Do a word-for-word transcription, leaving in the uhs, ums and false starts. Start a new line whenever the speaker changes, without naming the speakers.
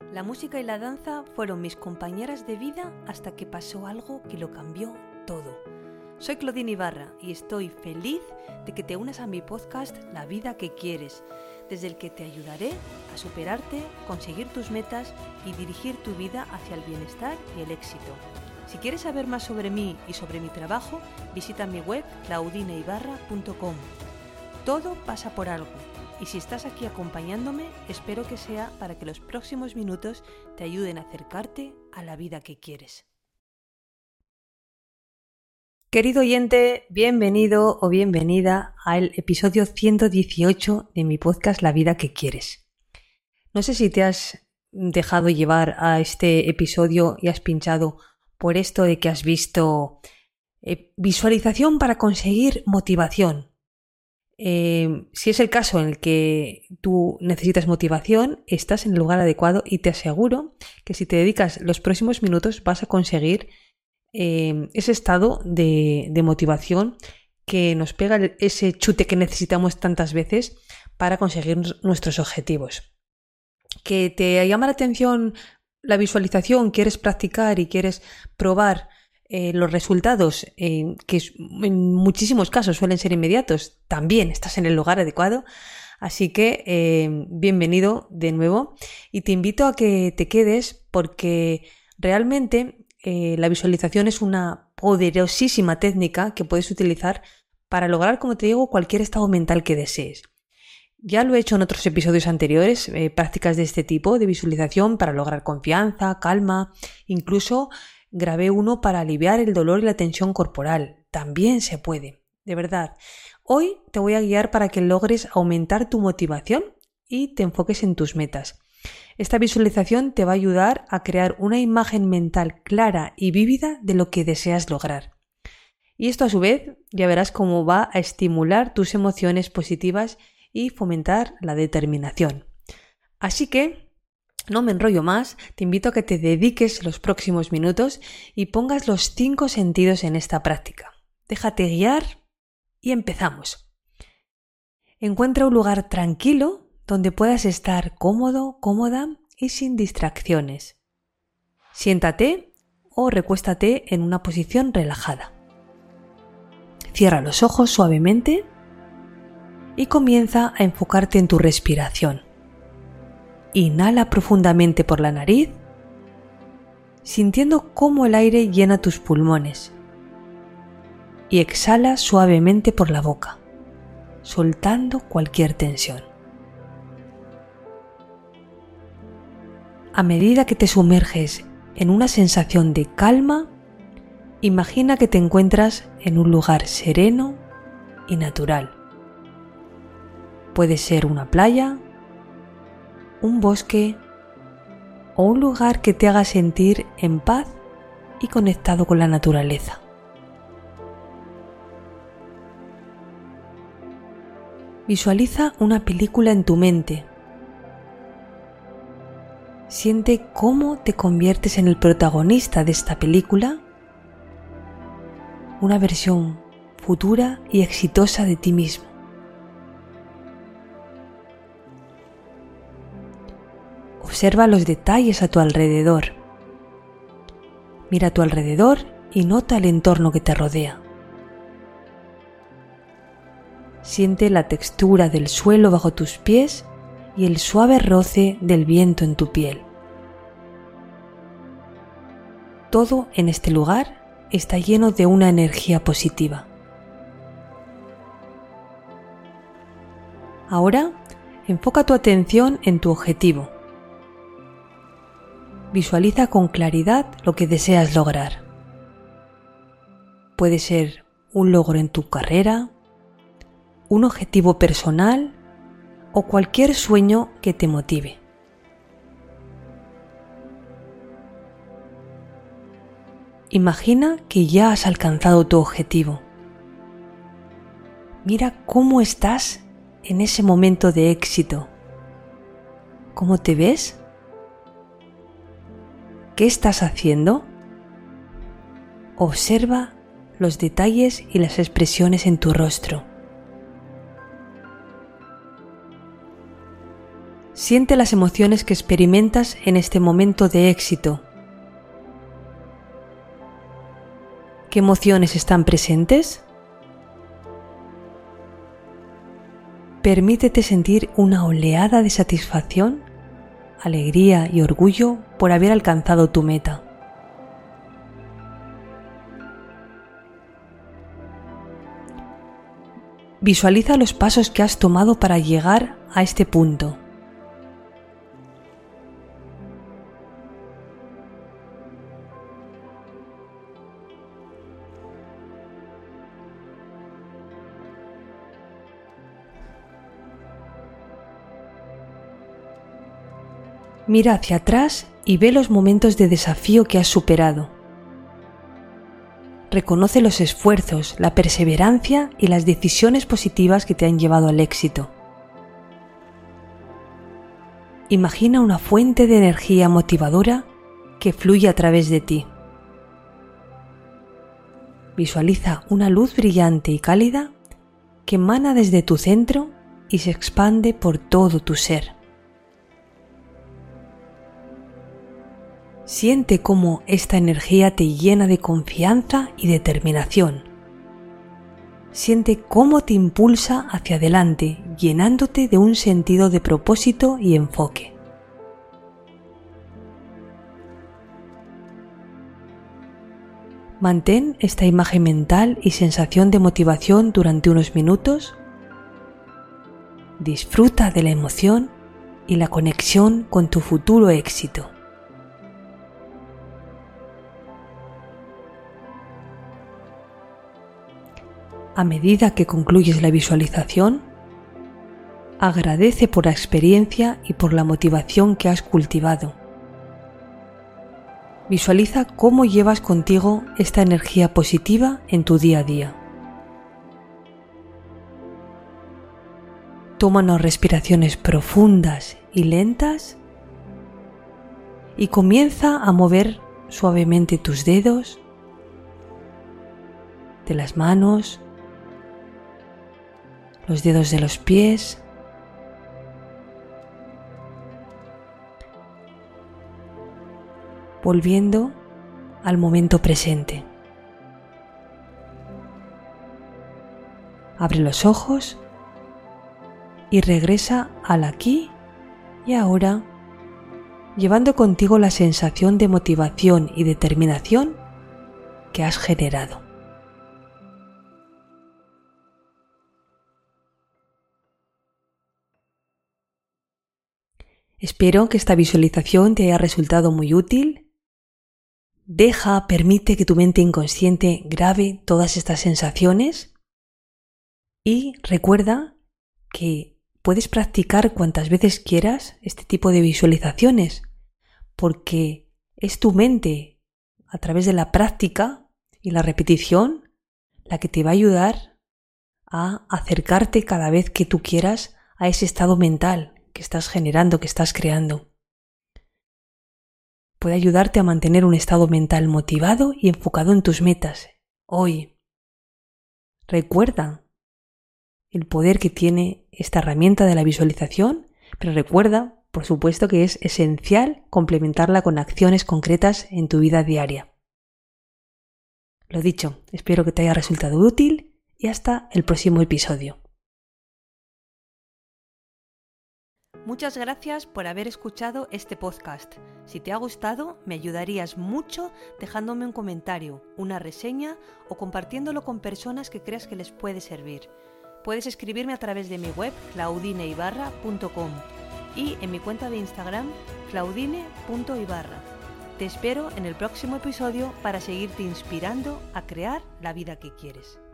La música y la danza fueron mis compañeras de vida hasta que pasó algo que lo cambió todo. Soy Claudine Ibarra y estoy feliz de que te unas a mi podcast La Vida que Quieres, desde el que te ayudaré a superarte, conseguir tus metas y dirigir tu vida hacia el bienestar y el éxito. Si quieres saber más sobre mí y sobre mi trabajo, visita mi web claudine ibarra punto com. Todo pasa por algo. Y si estás aquí acompañándome, espero que sea para que los próximos minutos te ayuden a acercarte a la vida que quieres. Querido oyente, bienvenido o bienvenida al episodio ciento dieciocho de mi podcast La Vida que Quieres. No sé si te has dejado llevar a este episodio y has pinchado por esto de que has visto eh, visualización para conseguir motivación. Eh, si es el caso en el que tú necesitas motivación, estás en el lugar adecuado y te aseguro que si te dedicas los próximos minutos vas a conseguir eh, ese estado de, de motivación que nos pega ese chute que necesitamos tantas veces para conseguir nuestros objetivos. Que te llama la atención la visualización, quieres practicar y quieres probar Eh, los resultados, eh, que en muchísimos casos suelen ser inmediatos, también estás en el lugar adecuado. Así que eh, bienvenido de nuevo y te invito a que te quedes porque realmente eh, la visualización es una poderosísima técnica que puedes utilizar para lograr, como te digo, cualquier estado mental que desees. Ya lo he hecho en otros episodios anteriores, eh, prácticas de este tipo de visualización para lograr confianza, calma, incluso grabé uno para aliviar el dolor y la tensión corporal. También se puede, de verdad. Hoy te voy a guiar para que logres aumentar tu motivación y te enfoques en tus metas. Esta visualización te va a ayudar a crear una imagen mental clara y vívida de lo que deseas lograr. Y esto a su vez ya verás cómo va a estimular tus emociones positivas y fomentar la determinación. Así que no me enrollo más, te invito a que te dediques los próximos minutos y pongas los cinco sentidos en esta práctica. Déjate guiar y empezamos. Encuentra un lugar tranquilo donde puedas estar cómodo, cómoda y sin distracciones. Siéntate o recuéstate en una posición relajada. Cierra los ojos suavemente y comienza a enfocarte en tu respiración. Inhala profundamente por la nariz, sintiendo cómo el aire llena tus pulmones. Y exhala suavemente por la boca, soltando cualquier tensión. A medida que te sumerges en una sensación de calma, imagina que te encuentras en un lugar sereno y natural. Puede ser una playa, un bosque o un lugar que te haga sentir en paz y conectado con la naturaleza. Visualiza una película en tu mente. Siente cómo te conviertes en el protagonista de esta película, una versión futura y exitosa de ti mismo. Observa los detalles a tu alrededor. Mira a tu alrededor y nota el entorno que te rodea. Siente la textura del suelo bajo tus pies y el suave roce del viento en tu piel. Todo en este lugar está lleno de una energía positiva. Ahora, enfoca tu atención en tu objetivo. Visualiza con claridad lo que deseas lograr. Puede ser un logro en tu carrera, un objetivo personal o cualquier sueño que te motive. Imagina que ya has alcanzado tu objetivo. Mira cómo estás en ese momento de éxito. ¿Cómo te ves? ¿Qué estás haciendo? Observa los detalles y las expresiones en tu rostro. Siente las emociones que experimentas en este momento de éxito. ¿Qué emociones están presentes? Permítete sentir una oleada de satisfacción, alegría y orgullo por haber alcanzado tu meta. Visualiza los pasos que has tomado para llegar a este punto. Mira hacia atrás y ve los momentos de desafío que has superado. Reconoce los esfuerzos, la perseverancia y las decisiones positivas que te han llevado al éxito. Imagina una fuente de energía motivadora que fluye a través de ti. Visualiza una luz brillante y cálida que emana desde tu centro y se expande por todo tu ser. Siente cómo esta energía te llena de confianza y determinación. Siente cómo te impulsa hacia adelante, llenándote de un sentido de propósito y enfoque. Mantén esta imagen mental y sensación de motivación durante unos minutos. Disfruta de la emoción y la conexión con tu futuro éxito. A medida que concluyes la visualización, agradece por la experiencia y por la motivación que has cultivado. Visualiza cómo llevas contigo esta energía positiva en tu día a día. Toma unas respiraciones profundas y lentas y comienza a mover suavemente tus dedos de las manos, los dedos de los pies, volviendo al momento presente. Abre los ojos y regresa al aquí y ahora, llevando contigo la sensación de motivación y determinación que has generado. Espero que esta visualización te haya resultado muy útil. Deja, permite que tu mente inconsciente grabe todas estas sensaciones y recuerda que puedes practicar cuantas veces quieras este tipo de visualizaciones, porque es tu mente, a través de la práctica y la repetición, la que te va a ayudar a acercarte cada vez que tú quieras a ese estado mental que estás generando, que estás creando. Puede ayudarte a mantener un estado mental motivado y enfocado en tus metas. Hoy, recuerda el poder que tiene esta herramienta de la visualización, pero recuerda, por supuesto, que es esencial complementarla con acciones concretas en tu vida diaria. Lo dicho, espero que te haya resultado útil y hasta el próximo episodio. Muchas gracias por haber escuchado este podcast. Si te ha gustado, me ayudarías mucho dejándome un comentario, una reseña o compartiéndolo con personas que creas que les puede servir. Puedes escribirme a través de mi web claudine ibarra punto com y en mi cuenta de Instagram claudine punto ibarra. Te espero en el próximo episodio para seguirte inspirando a crear la vida que quieres.